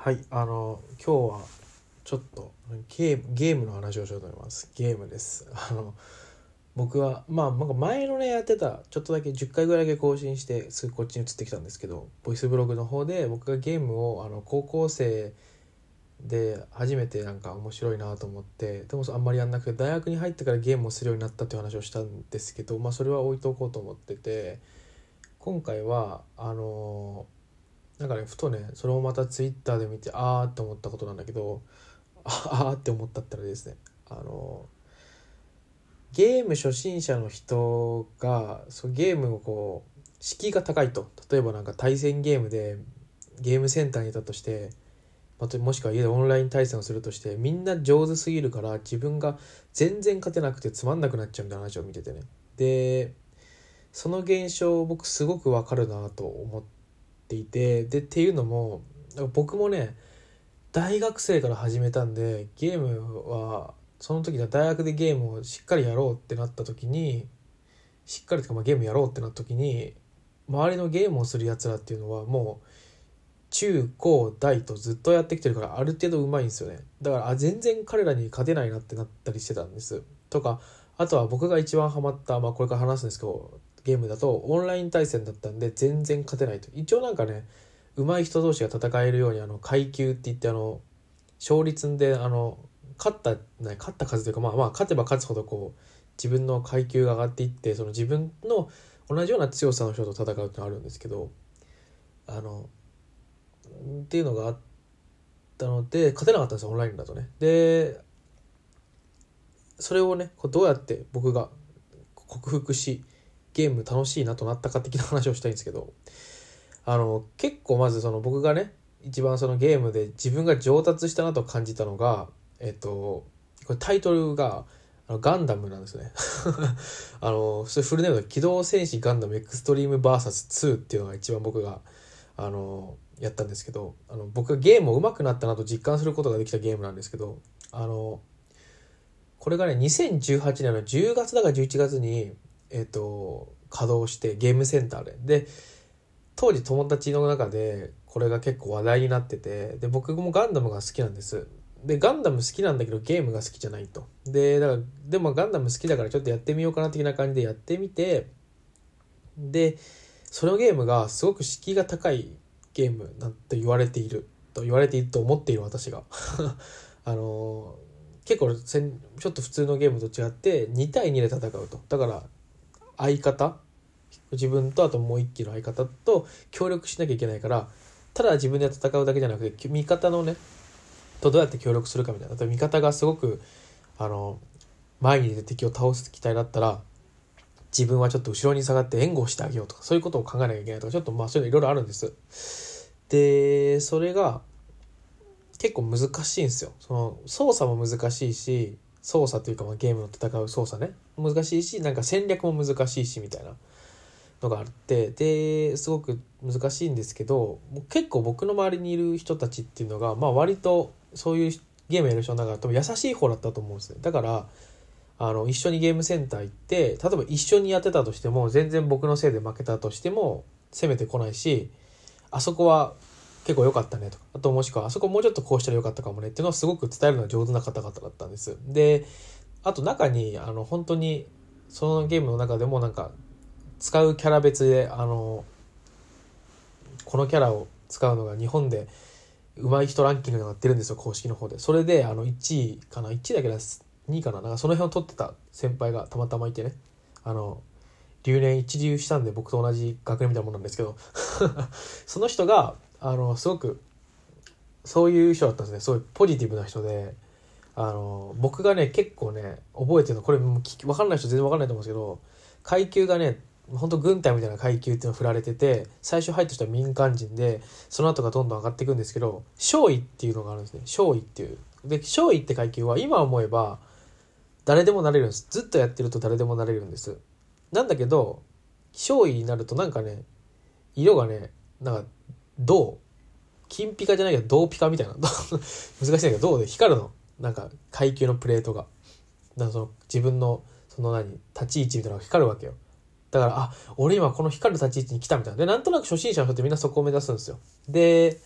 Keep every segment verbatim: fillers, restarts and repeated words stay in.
はい、あの今日はちょっとゲームゲームの話をしようと思います。ゲームです。あの僕はまあなんか前のねやってたちょっとだけじゅっかいぐらいだけ更新してすぐこっちに移ってきたんですけど、ボイスブログの方で僕がゲームをあの高校生で初めてなんか面白いなと思って、でもあんまりやんなくて大学に入ってからゲームをするようになったっていう話をしたんですけど、まあそれは置いとこうと思ってて、今回はあのなんかねふとねそれをまたツイッターで見てあーって思ったことなんだけど、あーって思ったったらですね、あのゲーム初心者の人がそうゲームをこう敷居が高いと、例えばなんか対戦ゲームでゲームセンターにいたとして、またもしくは家でオンライン対戦をするとして、みんな上手すぎるから自分が全然勝てなくてつまんなくなっちゃうみたいな話を見ててね、でその現象僕すごくわかるなと思っていて、でっていうのも僕もね大学生から始めたんで、ゲームはその時は大学でゲームをしっかりやろうってなった時にしっかりとかまあゲームやろうってなった時に周りのゲームをするやつらっていうのはもう中高大とずっとやってきてるからある程度うまいんですよね。だからあ全然彼らに勝てないなってなったりしてたんですとか、あとは僕が一番ハマった、まあこれから話すんですけど、ゲームだとオンライン対戦だったんで全然勝てないと。一応なんかね上手い人同士が戦えるようにあの階級って言って、あの勝率であの勝った、ね、勝った数というか、まあまあ勝てば勝つほどこう自分の階級が上がっていって、その自分の同じような強さの人と戦うってのがあるんですけど、あのっていうのがあったので勝てなかったんですよ、オンラインだとね。でそれをねどうやって僕が克服しゲーム楽しいなとなったか的な話をしたいんですけど、あの結構まずその僕がね一番そのゲームで自分が上達したなと感じたのが、えっとこれタイトルがあのガンダムなんですねあのそれフルネームで機動戦士ガンダムエクストリーム ブイエスツー っていうのが一番僕があのやったんですけど、あの僕がゲームを上手くなったなと実感することができたゲームなんですけど、あのこれがねにせんじゅうはちねんのじゅうがつだかじゅういちがつにえっと稼働してゲームセンターでで当時友達の中でこれが結構話題になってて、で僕もガンダムが好きなんです。でガンダム好きなんだけどゲームが好きじゃないと。でだからでもガンダム好きだからちょっとやってみようかな的な感じでやってみて、でそのゲームがすごく敷居が高いゲームなんて言われていると言われていると思っている私があの結構せんちょっと普通のゲームと違ってに対にで戦うと。だから相方自分とあともう一機の相方と協力しなきゃいけないから、ただ自分で戦うだけじゃなくて味方のねとどうやって協力するかみたいな。例えば味方がすごくあの前に出て敵を倒す機体だったら自分はちょっと後ろに下がって援護してあげようとか、そういうことを考えなきゃいけないとか、ちょっとまあそういうのいろいろあるんです。でそれが結構難しいんですよ。その操作も難しいし、操作というかまあゲームの戦う操作ね難しいし、なんか戦略も難しいしみたいなのがあって、ですごく難しいんですけど、結構僕の周りにいる人たちっていうのがまあ割とそういうゲームやる人の中で優しい方だったと思うんですね。だからあの一緒にゲームセンター行って例えば一緒にやってたとしても全然僕のせいで負けたとしても攻めてこないし、あそこは結構良かったねとか、あともしくはあそこもうちょっとこうしたら良かったかもねっていうのをすごく伝えるのが上手な方々だったんです。であと中にあの本当にそのゲームの中でもなんか使うキャラ別であのこのキャラを使うのが日本で上手い人ランキングがなってるんですよ、公式の方で。それであのいちいかないちいだけです、にいかな、なんかその辺を取ってた先輩がたまたまいてね、あの留年一流したんで僕と同じ学年みたいなもんなんですけどその人があのすごくそういう人だったんですね。すごいポジティブな人で、あの僕がね結構ね覚えてるの、これもう分かんない人全然分かんないと思うんですけど、階級がね本当軍隊みたいな階級っていうのを振られてて、最初入った人は民間人でその後がどんどん上がっていくんですけど、少尉っていうのがあるんですね。少尉っていうで少尉って階級は今思えば誰でもなれるんです。ずっとやってると誰でもなれるんです。なんだけど少尉になるとなんかね色がねなんか銅金ピカじゃないけど銅ピカみたいな難しいんだけど銅で光るの、なんか階級のプレートがなんかその自分のその何立ち位置みたいなのが光るわけよ。だからあ俺今この光る立ち位置に来たみたいなで、なんとなく初心者の人ってみんなそこを目指すんですよ。で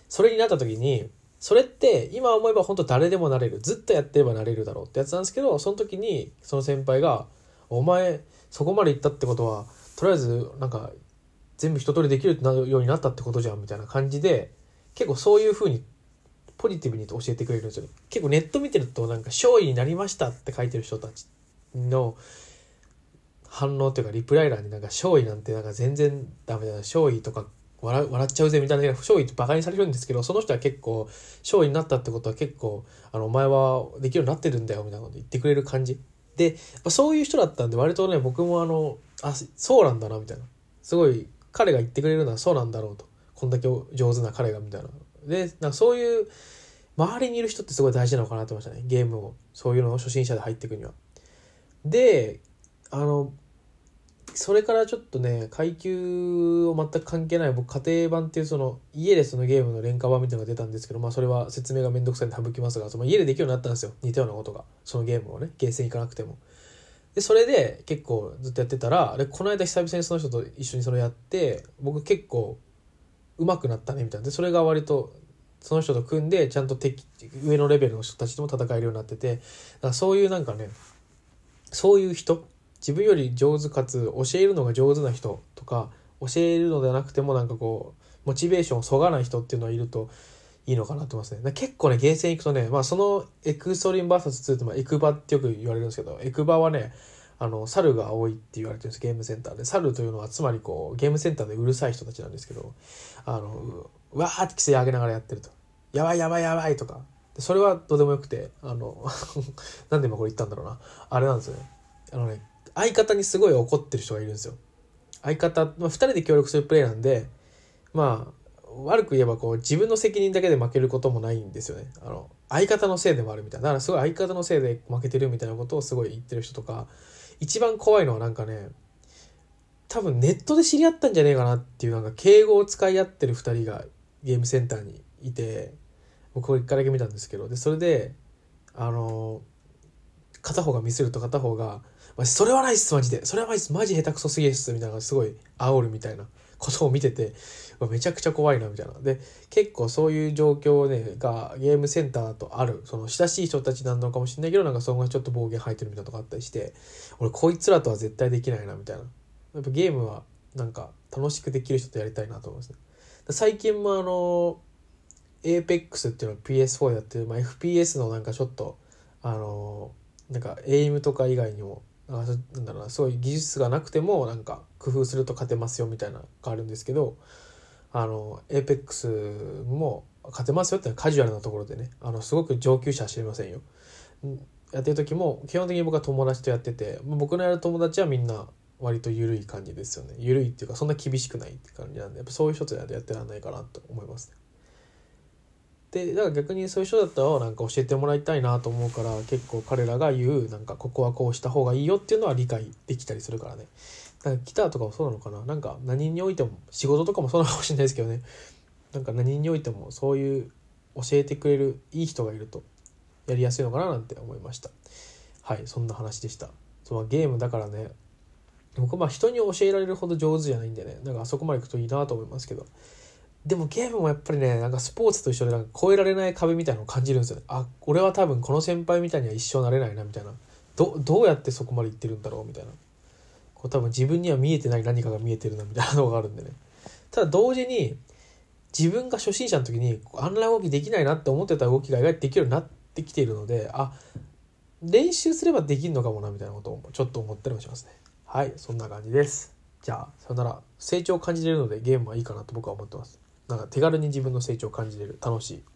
それになった時に、それって今思えば本当誰でもなれる、ずっとやってればなれるだろうってやつなんですけど、その時にその先輩がお前そこまで行ったってことはとりあえずなんか全部一通りできるようになったってことじゃんみたいな感じで、結構そういう風にポジティブに教えてくれるんですよ。結構ネット見てるとなんか勝利になりましたって書いてる人たちの反応というかリプライ欄になんか勝利なんてなんか全然ダメだな、勝利とか笑, 笑っちゃうぜみたいな勝利ってバカにされるんですけど、その人は結構勝利になったってことは結構あのお前はできるようになってるんだよみたいなこと言ってくれる感じで、そういう人だったんで割とね僕もあのあそうなんだなみたいな、すごい彼が言ってくれるのはそうなんだろうと、こんだけ上手な彼がみたいなで、なんかそういう周りにいる人ってすごい大事なのかなと思いましたね、ゲームをそういうのを初心者で入っていくには。であのそれからちょっとね階級を全く関係ない僕家庭版っていうその家でそのゲームの廉価版みたいなのが出たんですけど、まあそれは説明がめんどくさいんで省きますが、その家でできるようになったんですよ、似たようなことが、そのゲームをねゲーセン行かなくても。でそれで結構ずっとやってたら、でこの間久々にその人と一緒にそれやって僕結構上手くなったねみたいなで、それが割とその人と組んでちゃんと敵上のレベルの人たちとも戦えるようになってて、だからそういうなんかねそういう人、自分より上手かつ教えるのが上手な人とか、教えるのではなくてもなんかこうモチベーションをそがない人っていうのはいるといいのかなと思いますね。だ結構ねゲーセン行くとね、まあそのエクストリーム ブイエスツー ってまあエクバってよく言われるんですけど、エクバはねあの猿が多いって言われてるんです、ゲームセンターで。猿というのはつまりこうゲームセンターでうるさい人たちなんですけど、あのうわーって規制上げながらやってると、やばいやばいやばいとか、それはどうでもよくて、あのなんで今これ言ったんだろうな、あれなんですよね、あのね相方にすごい怒ってる人がいるんですよ。相方、まあ、ふたりで協力するプレイなんで、まあ悪く言えばこう自分の責任だけで負けることもないんですよね。あの相方のせいでもあるみたいな、だからすごい相方のせいで負けてるみたいなことをすごい言ってる人とか、一番怖いのはなんかね多分ネットで知り合ったんじゃねえかなっていう、なんか敬語を使い合ってるふたりがゲームセンターにいて、僕これいっかいだけ見たんですけど、でそれであの片方がミスると片方がそれはないっすマジで、それはないっすマジ下手くそすぎですみたいな、すごい煽るみたいなことを見ててめちゃくちゃ怖いなみたいな。で結構そういう状況ねがゲームセンターだとある、その親しい人たちなのかもしれないけど、なんかそこがちょっと暴言吐いてるみたいなとこあったりして、俺こいつらとは絶対できないなみたいな。やっぱゲームはなんか楽しくできる人とやりたいなと思いますね。最近もあの エーペックス っていうのを ピーエスフォー でやってる、まあ、エフピーエス のなんかちょっとあのなんかエイムとか以外にもなんかなんだろうな、そういう技術がなくてもなんか工夫すると勝てますよみたいなのがあるんですけど、あの エーペックス も勝てますよってのはカジュアルなところでね、あのすごく上級者は知りませんよ。やってる時も基本的に僕は友達とやってて、僕のやる友達はみんな割と緩い感じですよね。緩いっていうかそんな厳しくないって感じなんで、やっぱそういう人とやってらんないかなと思いますね。でだから逆にそういう人だったらなんか教えてもらいたいなと思うから、結構彼らが言うなんかここはこうした方がいいよっていうのは理解できたりするからね。なんかギターとかもそうなのかな、なんか何においても仕事とかもそうなのかもしれないですけどね、なんか何においてもそういう教えてくれるいい人がいるとやりやすいのかななんて思いました。はい、そんな話でした。そう、ゲームだからね、僕はまあ人に教えられるほど上手じゃないんでね、なんかあそこまで行くといいなと思いますけど、でもゲームもやっぱりね、なんかスポーツと一緒でなんか越えられない壁みたいなのを感じるんですよね。あ、俺は多分この先輩みたいには一生なれないなみたいな、どどうやってそこまで行ってるんだろうみたいな、こう多分自分には見えてない何かが見えてるなみたいなのがあるんでね。ただ同時に自分が初心者の時にあんな動きできないなって思ってた動きが意外とできるようになってきているので、あ、練習すればできるのかもなみたいなことをちょっと思ったりもしますね。はい、そんな感じです。じゃあさよなら。成長を感じれるのでゲームはいいかなと僕は思ってます。なんか手軽に自分の成長を感じれる、楽しい